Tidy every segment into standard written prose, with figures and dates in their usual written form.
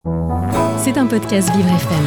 C'est un podcast Vivre FM.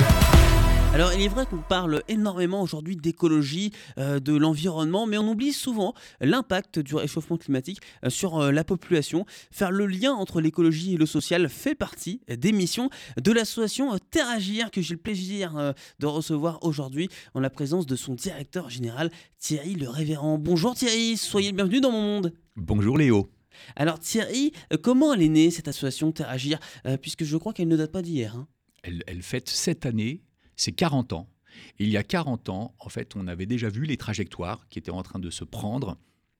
Alors il est vrai qu'on parle énormément aujourd'hui d'écologie, de l'environnement, mais on oublie souvent l'impact du réchauffement climatique sur la population. Faire le lien entre l'écologie et le social fait partie des missions de l'association Terre Agir, que j'ai le plaisir de recevoir aujourd'hui en la présence de son directeur général Thierry Le Révérend. Bonjour Thierry, soyez le bienvenu dans mon monde. Bonjour Léo. Alors Thierry, comment elle est née cette association Terre Agir, puisque je crois qu'elle ne date pas d'hier, hein. Elle fête cette année ses 40 ans. Et il y a 40 ans, en fait, on avait déjà vu les trajectoires qui étaient en train de se prendre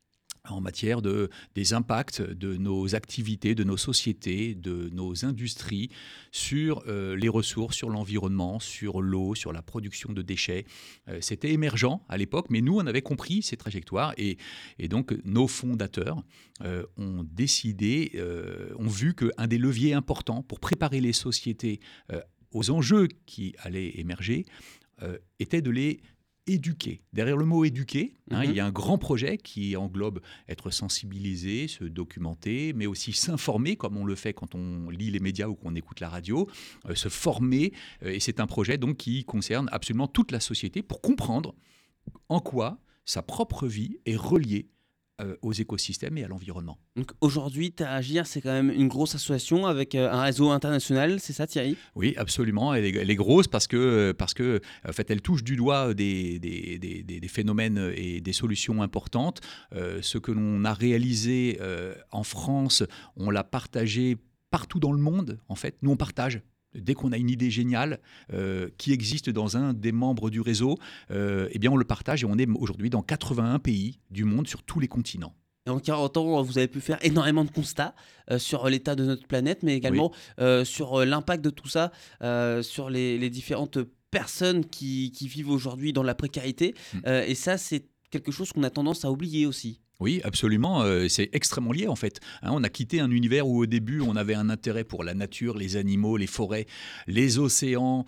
en matière des impacts de nos activités, de nos sociétés, de nos industries sur les ressources, sur l'environnement, sur l'eau, sur la production de déchets. C'était émergent à l'époque, mais nous, on avait compris ces trajectoires et donc nos fondateurs ont décidé, ont vu qu'un des leviers importants pour préparer les sociétés aux enjeux qui allaient émerger était de les éduquer. Derrière le mot éduquer, il y a un grand projet qui englobe être sensibilisé, se documenter, mais aussi s'informer, comme on le fait quand on lit les médias ou qu'on écoute la radio, se former. Et c'est un projet donc qui concerne absolument toute la société pour comprendre en quoi sa propre vie est reliée aux écosystèmes et à l'environnement. Donc aujourd'hui, Terre Agir, c'est quand même une grosse association avec un réseau international, c'est ça Thierry ? Oui, absolument. Elle est grosse parce que en fait, elle touche du doigt des phénomènes et des solutions importantes. Ce que l'on a réalisé en France, on l'a partagé partout dans le monde. En fait, nous, on partage. Dès qu'on a une idée géniale qui existe dans un des membres du réseau, eh bien on le partage et on est aujourd'hui dans 81 pays du monde sur tous les continents. Et en 40 ans, vous avez pu faire énormément de constats sur l'état de notre planète, mais également sur l'impact de tout ça, sur les différentes personnes qui vivent aujourd'hui dans la précarité. Et ça, c'est quelque chose qu'on a tendance à oublier aussi. Oui, absolument. C'est extrêmement lié en fait. On a quitté un univers où au début on avait un intérêt pour la nature, les animaux, les forêts, les océans,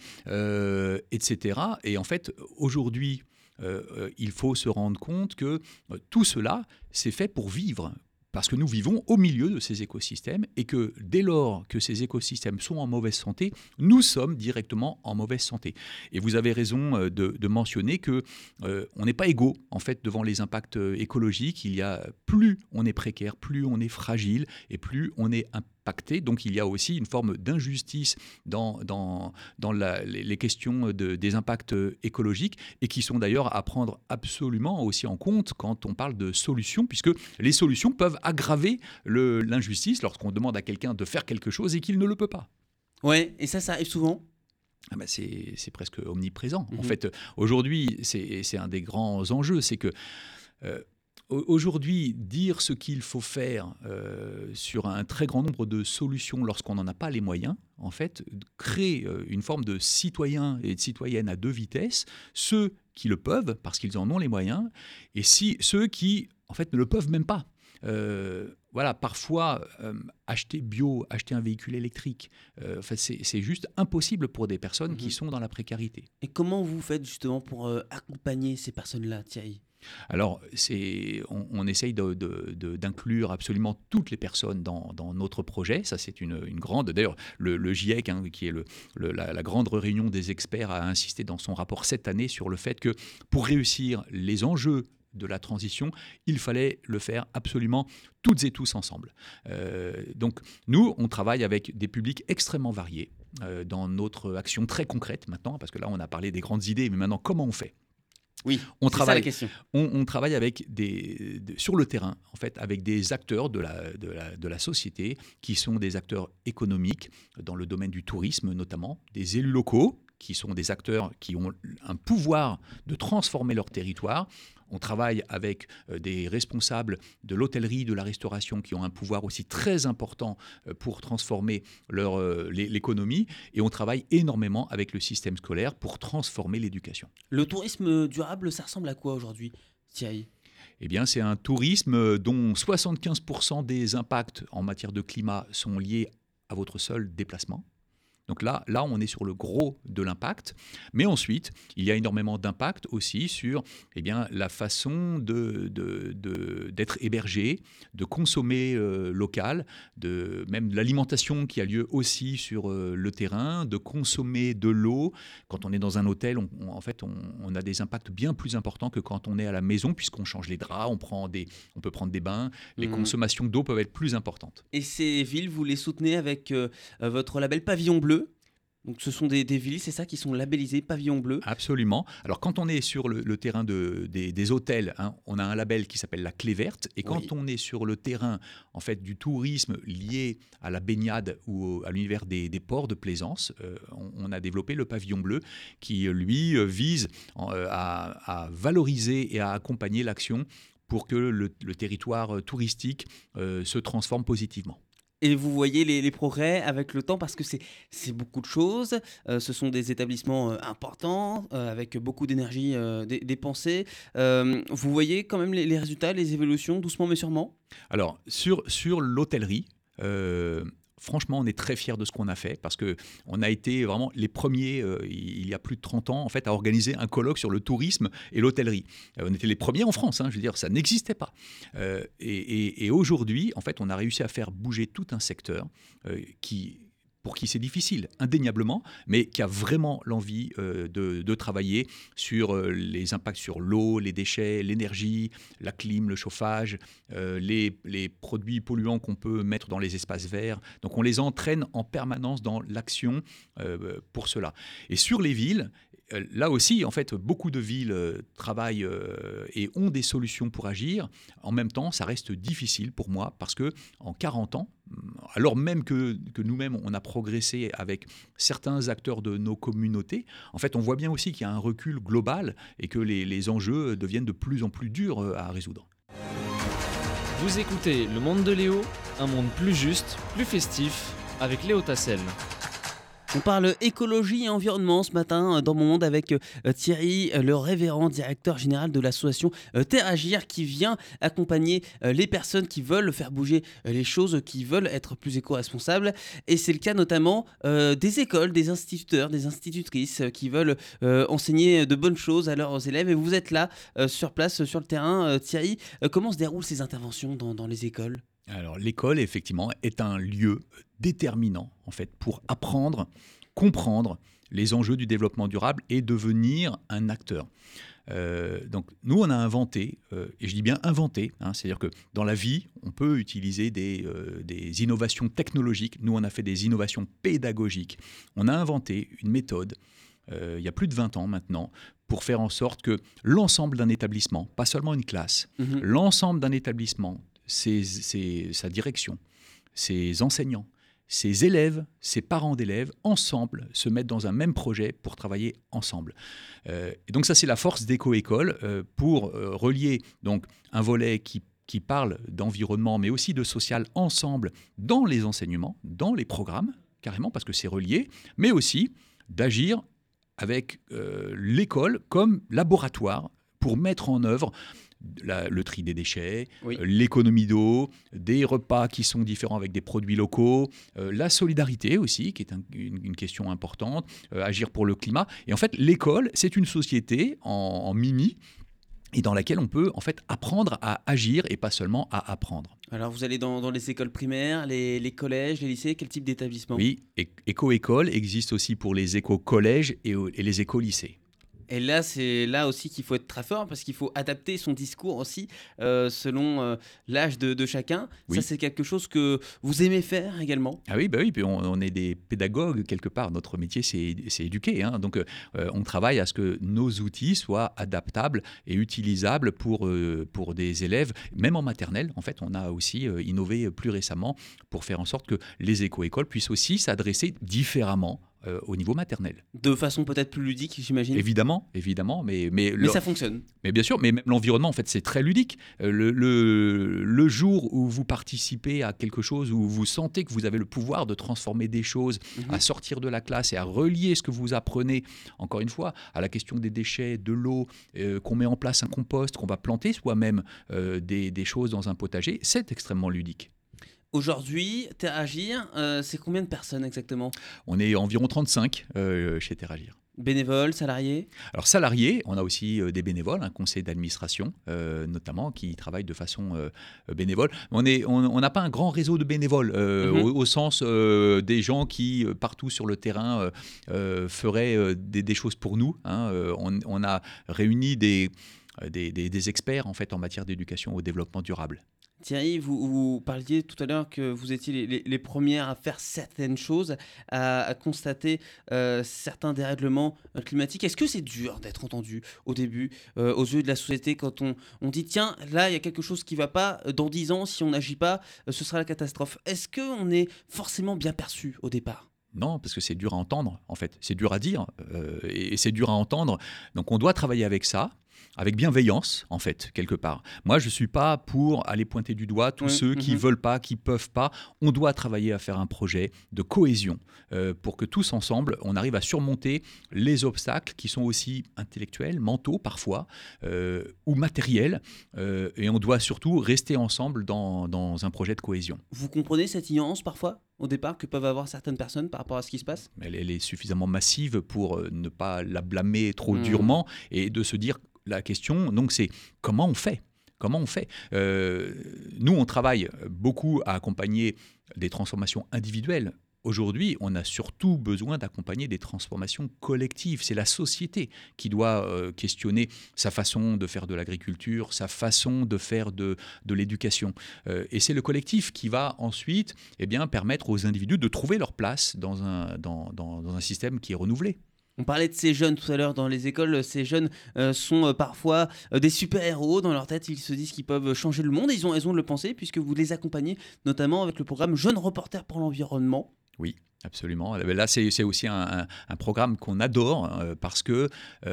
etc. Et en fait, aujourd'hui, il faut se rendre compte que tout cela, c'est fait pour vivre. Parce que nous vivons au milieu de ces écosystèmes et que dès lors que ces écosystèmes sont en mauvaise santé, nous sommes directement en mauvaise santé. Et vous avez raison de mentionner que on n'est pas égaux en fait devant les impacts écologiques. Il y a plus on est précaire, plus on est fragile et plus on est impacté. Donc il y a aussi une forme d'injustice dans les questions des impacts écologiques et qui sont d'ailleurs à prendre absolument aussi en compte quand on parle de solutions, puisque les solutions peuvent aggraver l'injustice lorsqu'on demande à quelqu'un de faire quelque chose et qu'il ne le peut pas. Ouais, et ça arrive souvent ? C'est presque omniprésent. En fait, aujourd'hui, c'est un des grands enjeux, c'est que aujourd'hui, dire ce qu'il faut faire sur un très grand nombre de solutions lorsqu'on n'en a pas les moyens, en fait, crée une forme de citoyens et de citoyennes à deux vitesses, ceux qui le peuvent parce qu'ils en ont les moyens, et ceux qui, en fait, ne le peuvent même pas. Voilà, parfois, acheter bio, acheter un véhicule électrique, c'est juste impossible pour des personnes qui sont dans la précarité. Et comment vous faites justement pour accompagner ces personnes-là, Thierry ? Alors, on essaye d'inclure absolument toutes les personnes dans notre projet. Ça, c'est une grande... D'ailleurs, le GIEC, qui est la grande réunion des experts, a insisté dans son rapport cette année sur le fait que pour réussir les enjeux de la transition, il fallait le faire absolument toutes et tous ensemble. Donc, nous, on travaille avec des publics extrêmement variés dans notre action très concrète maintenant, parce que là, on a parlé des grandes idées, mais maintenant, comment on fait ? Oui, c'est ça la question. On travaille avec sur le terrain, en fait, avec des acteurs de la société qui sont des acteurs économiques dans le domaine du tourisme notamment, des élus locaux qui sont des acteurs qui ont un pouvoir de transformer leur territoire. On travaille avec des responsables de l'hôtellerie, de la restauration qui ont un pouvoir aussi très important pour transformer l'économie. Et on travaille énormément avec le système scolaire pour transformer l'éducation. Le tourisme durable, ça ressemble à quoi aujourd'hui, Thierry ? Eh bien, c'est un tourisme dont 75% des impacts en matière de climat sont liés à votre seul déplacement. Donc là, on est sur le gros de l'impact. Mais ensuite, il y a énormément d'impact aussi sur la façon d'être hébergé, de consommer local, même de l'alimentation qui a lieu aussi sur le terrain, de consommer de l'eau. Quand on est dans un hôtel, on a des impacts bien plus importants que quand on est à la maison, puisqu'on change les draps, on peut prendre des bains. Les consommations d'eau peuvent être plus importantes. Et ces villes, vous les soutenez avec votre label Pavillon Bleu. Donc ce sont des villes, c'est ça, qui sont labellisées Pavillon Bleu. Absolument. Alors quand on est sur le terrain des hôtels, on a un label qui s'appelle la Clé Verte. Et quand on est sur le terrain en fait, du tourisme lié à la baignade ou à l'univers des ports de plaisance, on a développé le Pavillon Bleu qui, lui, vise à valoriser et à accompagner l'action pour que le territoire touristique se transforme positivement. Et vous voyez les progrès avec le temps parce que c'est beaucoup de choses. Ce sont des établissements importants avec beaucoup d'énergie dépensée. Vous voyez quand même les résultats, les évolutions, doucement mais sûrement? Alors, sur l'hôtellerie, franchement, on est très fiers de ce qu'on a fait parce qu'on a été vraiment les premiers, il y a plus de 30 ans, en fait, à organiser un colloque sur le tourisme et l'hôtellerie. On était les premiers en France, je veux dire, ça n'existait pas. Et aujourd'hui, en fait, on a réussi à faire bouger tout un secteur pour qui c'est difficile, indéniablement, mais qui a vraiment l'envie de travailler sur les impacts sur l'eau, les déchets, l'énergie, la clim, le chauffage, les produits polluants qu'on peut mettre dans les espaces verts. Donc on les entraîne en permanence dans l'action pour cela. Et sur les villes, là aussi, en fait, beaucoup de villes travaillent et ont des solutions pour agir. En même temps, ça reste difficile pour moi parce qu'en 40 ans, alors même que nous-mêmes, on a progressé avec certains acteurs de nos communautés, en fait, on voit bien aussi qu'il y a un recul global et que les enjeux deviennent de plus en plus durs à résoudre. Vous écoutez Le Monde de Léo, un monde plus juste, plus festif, avec Léo Tassel. On parle écologie et environnement ce matin dans Mon Monde avec Thierry, le révérend directeur général de l'association Terre Agir qui vient accompagner les personnes qui veulent faire bouger les choses, qui veulent être plus éco-responsables. Et c'est le cas notamment des écoles, des instituteurs, des institutrices qui veulent enseigner de bonnes choses à leurs élèves. Et vous êtes là sur place, sur le terrain. Thierry, comment se déroulent ces interventions dans les écoles ? Alors l'école, effectivement, est un lieu déterminant en fait, pour apprendre, comprendre les enjeux du développement durable et devenir un acteur. Donc nous, on a inventé, et je dis bien inventé, c'est-à-dire que dans la vie, on peut utiliser des innovations technologiques. Nous, on a fait des innovations pédagogiques. On a inventé une méthode, il y a plus de 20 ans maintenant, pour faire en sorte que l'ensemble d'un établissement, pas seulement une classe, l'ensemble d'un établissement, sa direction, ses enseignants, ses élèves, ses parents d'élèves, ensemble, se mettent dans un même projet pour travailler ensemble. Et donc ça, c'est la force d'Éco-École pour relier donc, un volet qui parle d'environnement, mais aussi de social ensemble dans les enseignements, dans les programmes, carrément, parce que c'est relié, mais aussi d'agir avec l'école comme laboratoire pour mettre en œuvre le tri des déchets, l'économie d'eau, des repas qui sont différents avec des produits locaux, la solidarité aussi, qui est une question importante, agir pour le climat. Et en fait, l'école, c'est une société en mini et dans laquelle on peut en fait apprendre à agir et pas seulement à apprendre. Alors vous allez dans les écoles primaires, les collèges, les lycées, quel type d'établissement ? Oui, Éco-École existe aussi pour les éco-collèges et les éco-lycées. Et là, c'est là aussi qu'il faut être très fort parce qu'il faut adapter son discours aussi selon l'âge de chacun. Oui. Ça, c'est quelque chose que vous aimez faire également. Ah oui, puis on est des pédagogues quelque part. Notre métier, c'est éduquer. Donc, on travaille à ce que nos outils soient adaptables et utilisables pour des élèves, même en maternelle. En fait, on a aussi innové plus récemment pour faire en sorte que les éco-écoles puissent aussi s'adresser différemment au niveau maternel. De façon peut-être plus ludique, j'imagine. Évidemment, mais ça fonctionne. Mais bien sûr, mais même l'environnement, en fait, c'est très ludique. Le jour où vous participez à quelque chose, où vous sentez que vous avez le pouvoir de transformer des choses, à sortir de la classe et à relier ce que vous apprenez, encore une fois, à la question des déchets, de l'eau, qu'on met en place un compost, qu'on va planter soi-même des choses dans un potager, c'est extrêmement ludique. Aujourd'hui, Teragir, c'est combien de personnes exactement? On est environ 35 chez Teragir. Bénévoles, salariés? Alors salariés, on a aussi des bénévoles, un conseil d'administration notamment, qui travaille de façon bénévole. On n'a pas un grand réseau de bénévoles, au sens des gens qui, partout sur le terrain, feraient des choses pour nous. On a réuni des experts en fait, en matière d'éducation au développement durable. Thierry, vous parliez tout à l'heure que vous étiez les premières à faire certaines choses, à constater certains dérèglements climatiques. Est-ce que c'est dur d'être entendu au début, aux yeux de la société, quand on dit tiens, là, il y a quelque chose qui ne va pas, dans 10 ans, si on n'agit pas, ce sera la catastrophe. Est-ce qu'on est forcément bien perçu au départ ? Non, parce que c'est dur à entendre, en fait. C'est dur à dire et c'est dur à entendre. Donc on doit travailler avec ça, avec bienveillance, en fait, quelque part. Moi, je ne suis pas pour aller pointer du doigt tous ceux qui ne veulent pas, qui ne peuvent pas. On doit travailler à faire un projet de cohésion pour que tous ensemble, on arrive à surmonter les obstacles qui sont aussi intellectuels, mentaux parfois, ou matériels. Et on doit surtout rester ensemble dans un projet de cohésion. Vous comprenez cette ignorance parfois au départ que peuvent avoir certaines personnes par rapport à ce qui se passe? Elle est suffisamment massive pour ne pas la blâmer trop durement et de se dire la question, donc c'est comment on fait? Comment on fait? Nous, on travaille beaucoup à accompagner des transformations individuelles. Aujourd'hui, on a surtout besoin d'accompagner des transformations collectives. C'est la société qui doit questionner sa façon de faire de l'agriculture, sa façon de faire de l'éducation. Et c'est le collectif qui va ensuite permettre aux individus de trouver leur place dans un système qui est renouvelé. On parlait de ces jeunes tout à l'heure dans les écoles. Ces jeunes sont parfois des super-héros. Dans leur tête, ils se disent qu'ils peuvent changer le monde. Et ils ont raison de le penser puisque vous les accompagnez, notamment avec le programme Jeunes Reporters pour l'Environnement. Oui, absolument. Là, c'est aussi un programme qu'on adore parce qu'il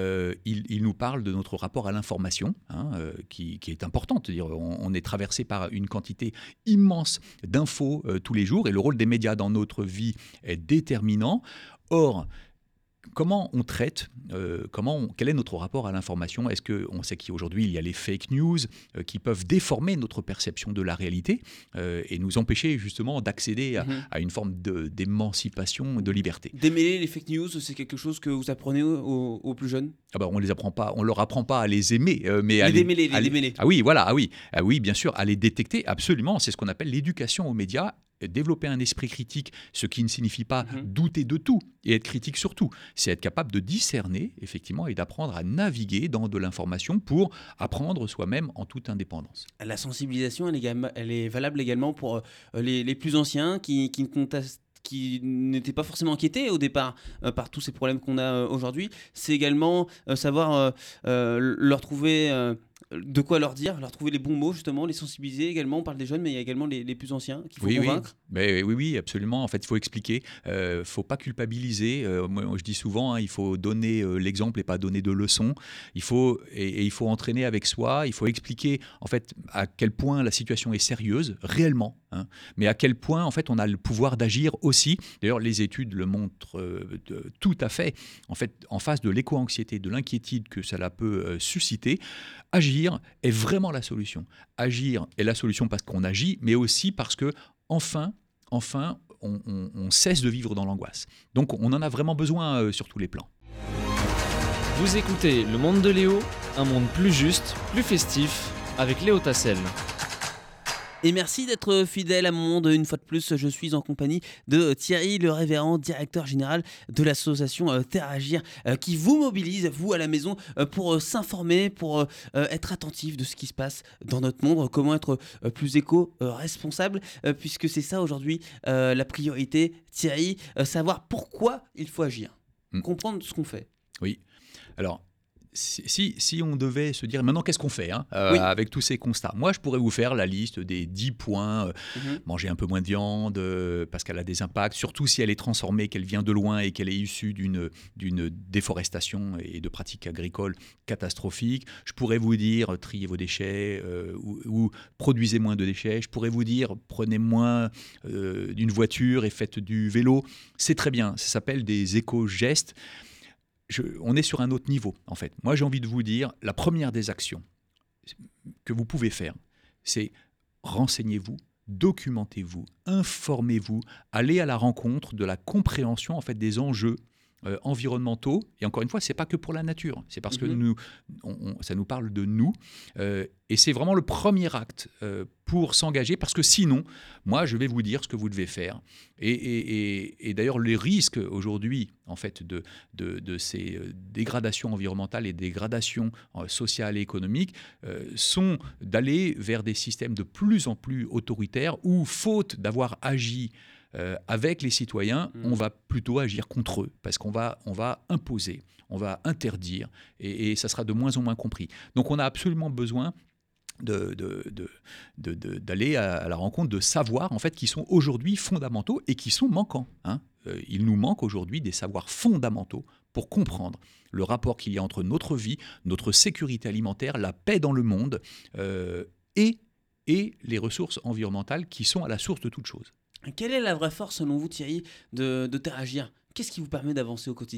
nous parle de notre rapport à l'information, qui est important. C'est-à-dire, on est traversé par une quantité immense d'infos tous les jours et le rôle des médias dans notre vie est déterminant. Or, comment on traite, quel est notre rapport à l'information? Est-ce qu'on sait qu'aujourd'hui, il y a les fake news qui peuvent déformer notre perception de la réalité et nous empêcher justement d'accéder à une forme d'émancipation, de liberté. Démêler les fake news, c'est quelque chose que vous apprenez aux plus jeunes? On les apprend pas, on leur apprend pas à les aimer, mais les démêler. Ah oui, voilà, ah oui, bien sûr, à les détecter, absolument. C'est ce qu'on appelle l'éducation aux médias. Développer un esprit critique, ce qui ne signifie pas douter de tout et être critique sur tout. C'est être capable de discerner, effectivement, et d'apprendre à naviguer dans de l'information pour apprendre soi-même en toute indépendance. La sensibilisation, elle est valable également pour les plus anciens qui n'étaient pas forcément inquiétés au départ par tous ces problèmes qu'on a aujourd'hui. C'est également savoir leur trouver... de quoi leur dire, leur trouver les bons mots justement, les sensibiliser également. On parle des jeunes, mais il y a également les plus anciens qu'il faut convaincre. Oui, absolument. En fait, il faut expliquer, il ne faut pas culpabiliser. Moi, je dis souvent, il faut donner l'exemple et pas donner de leçons. Il faut entraîner avec soi. Il faut expliquer en fait à quel point la situation est sérieuse réellement, mais à quel point en fait on a le pouvoir d'agir aussi. D'ailleurs, les études le montrent tout à fait. En fait, en face de l'éco-anxiété, de l'inquiétude que cela peut susciter, agir est vraiment la solution. Agir est la solution parce qu'on agit, mais aussi parce que enfin, on cesse de vivre dans l'angoisse. Donc, on en a vraiment besoin sur tous les plans. Vous écoutez Le Monde de Léo, un monde plus juste, plus festif, avec Léo Tassel. Et merci d'être fidèle à mon monde. Une fois de plus, je suis en compagnie de Thierry Le Révérend, directeur général de l'association Teragir, qui vous mobilise, vous à la maison, pour s'informer, pour être attentif de ce qui se passe dans notre monde, comment être plus éco-responsable, puisque c'est ça aujourd'hui la priorité, Thierry, savoir pourquoi il faut agir, comprendre ce qu'on fait. Oui, alors... Si on devait se dire maintenant qu'est-ce qu'on fait avec tous ces constats, moi je pourrais vous faire la liste des 10 points. Manger un peu moins de viande parce qu'elle a des impacts, surtout si elle est transformée, qu'elle vient de loin et qu'elle est issue d'une déforestation et de pratiques agricoles catastrophiques. Je pourrais vous dire triez vos déchets ou produisez moins de déchets. Je pourrais vous dire prenez moins d'une voiture et faites du vélo. C'est très bien, ça s'appelle des éco-gestes. On est sur un autre niveau, en fait. Moi, j'ai envie de vous dire, la première des actions que vous pouvez faire, c'est renseignez-vous, documentez-vous, informez-vous, allez à la rencontre de la compréhension en fait des enjeux environnementaux. Et encore une fois, c'est pas que pour la nature, c'est parce que ça nous parle de nous. Et c'est vraiment le premier acte pour s'engager, parce que sinon, moi, je vais vous dire ce que vous devez faire. Et d'ailleurs, les risques aujourd'hui, en fait, de ces dégradations environnementales et dégradations sociales et économiques sont d'aller vers des systèmes de plus en plus autoritaires où, faute d'avoir agi avec les citoyens, on va plutôt agir contre eux, parce qu'on va imposer, on va interdire, et ça sera de moins en moins compris. Donc on a absolument besoin d'aller à la rencontre de savoirs en fait, qui sont aujourd'hui fondamentaux et qui sont manquants. Il nous manque aujourd'hui des savoirs fondamentaux pour comprendre le rapport qu'il y a entre notre vie, notre sécurité alimentaire, la paix dans le monde et les ressources environnementales qui sont à la source de toute chose. Quelle est la vraie force, selon vous, Thierry, de Teragir ? Qu'est-ce qui vous permet d'avancer au quotidien ?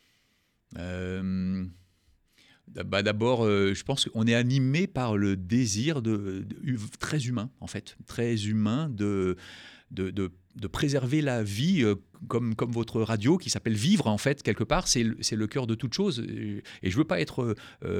D'abord, je pense qu'on est animé par le désir très humain, en fait, très humain de préserver la vie, comme votre radio qui s'appelle Vivre, en fait, quelque part, c'est le cœur de toute chose. Et je ne veux pas être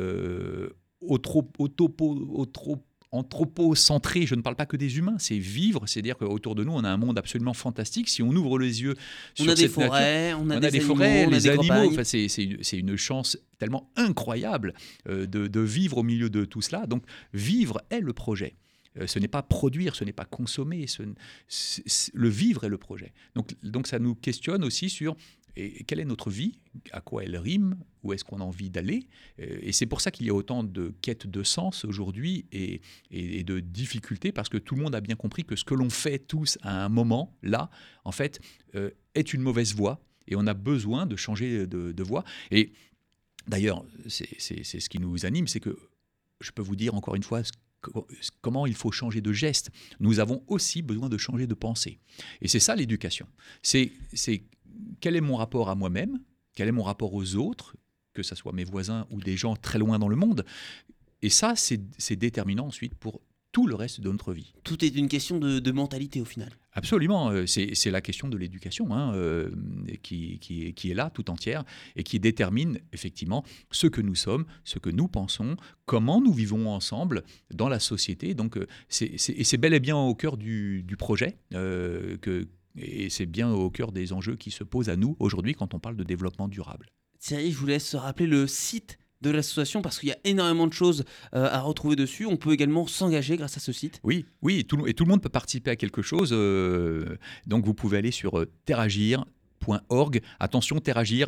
anthropocentré, je ne parle pas que des humains, c'est vivre, c'est-à-dire qu'autour de nous, on a un monde absolument fantastique. Si on ouvre les yeux sur cette nature, on a des forêts, les animaux, enfin, c'est une chance tellement incroyable de vivre au milieu de tout cela. Donc, vivre est le projet. Ce n'est pas produire, ce n'est pas consommer, le vivre est le projet. Donc ça nous questionne aussi sur quelle est notre vie, à quoi elle rime, où est-ce qu'on a envie d'aller. Et c'est pour ça qu'il y a autant de quêtes de sens aujourd'hui et de difficultés, parce que tout le monde a bien compris que ce que l'on fait tous à un moment, là, en fait, est une mauvaise voie, et on a besoin de changer de voie. Et d'ailleurs, c'est ce qui nous anime, c'est que je peux vous dire encore une fois comment il faut changer de geste. Nous avons aussi besoin de changer de pensée. Et c'est ça l'éducation. C'est quel est mon rapport à moi-même, quel est mon rapport aux autres, que ce soit mes voisins ou des gens très loin dans le monde. Et ça, c'est déterminant ensuite pour tout le reste de notre vie. Tout est une question de mentalité au final. Absolument, c'est la question de l'éducation qui est là tout entière et qui détermine effectivement ce que nous sommes, ce que nous pensons, comment nous vivons ensemble dans la société. Donc c'est bel et bien au cœur du projet et c'est bien au cœur des enjeux qui se posent à nous aujourd'hui quand on parle de développement durable. Thierry, je vous laisse rappeler le site de l'association, parce qu'il y a énormément de choses à retrouver dessus. On peut également s'engager grâce à ce site. Oui, et tout le monde peut participer à quelque chose. Donc vous pouvez aller sur teragir.org. Attention, Teragir,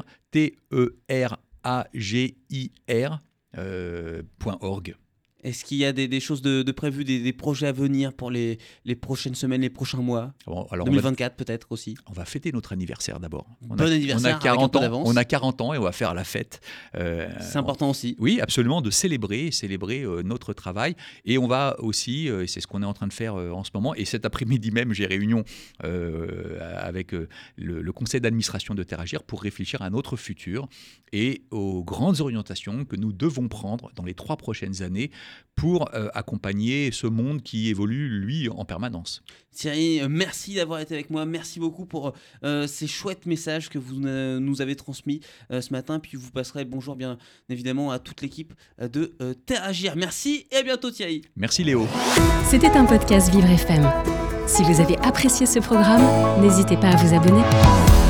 TERAGIR.org. Est-ce qu'il y a des choses de prévues, des projets à venir pour les prochaines semaines, les prochains mois ? Alors 2024 peut-être aussi. On va fêter notre anniversaire d'abord. Bon anniversaire, on a 40 ans. On a 40 ans et on va faire la fête. C'est important aussi. Oui, absolument, de célébrer notre travail. Et on va aussi, et c'est ce qu'on est en train de faire en ce moment, et cet après-midi même, j'ai réunion avec le conseil d'administration de Teragir pour réfléchir à notre futur et aux grandes orientations que nous devons prendre dans les 3 prochaines années pour accompagner ce monde qui évolue, lui, en permanence. Thierry, merci d'avoir été avec moi. Merci beaucoup pour ces chouettes messages que vous nous avez transmis ce matin. Puis vous passerez le bonjour, bien évidemment, à toute l'équipe de Teragir. Merci et à bientôt, Thierry. Merci, Léo. C'était un podcast Vivre FM. Si vous avez apprécié ce programme, n'hésitez pas à vous abonner.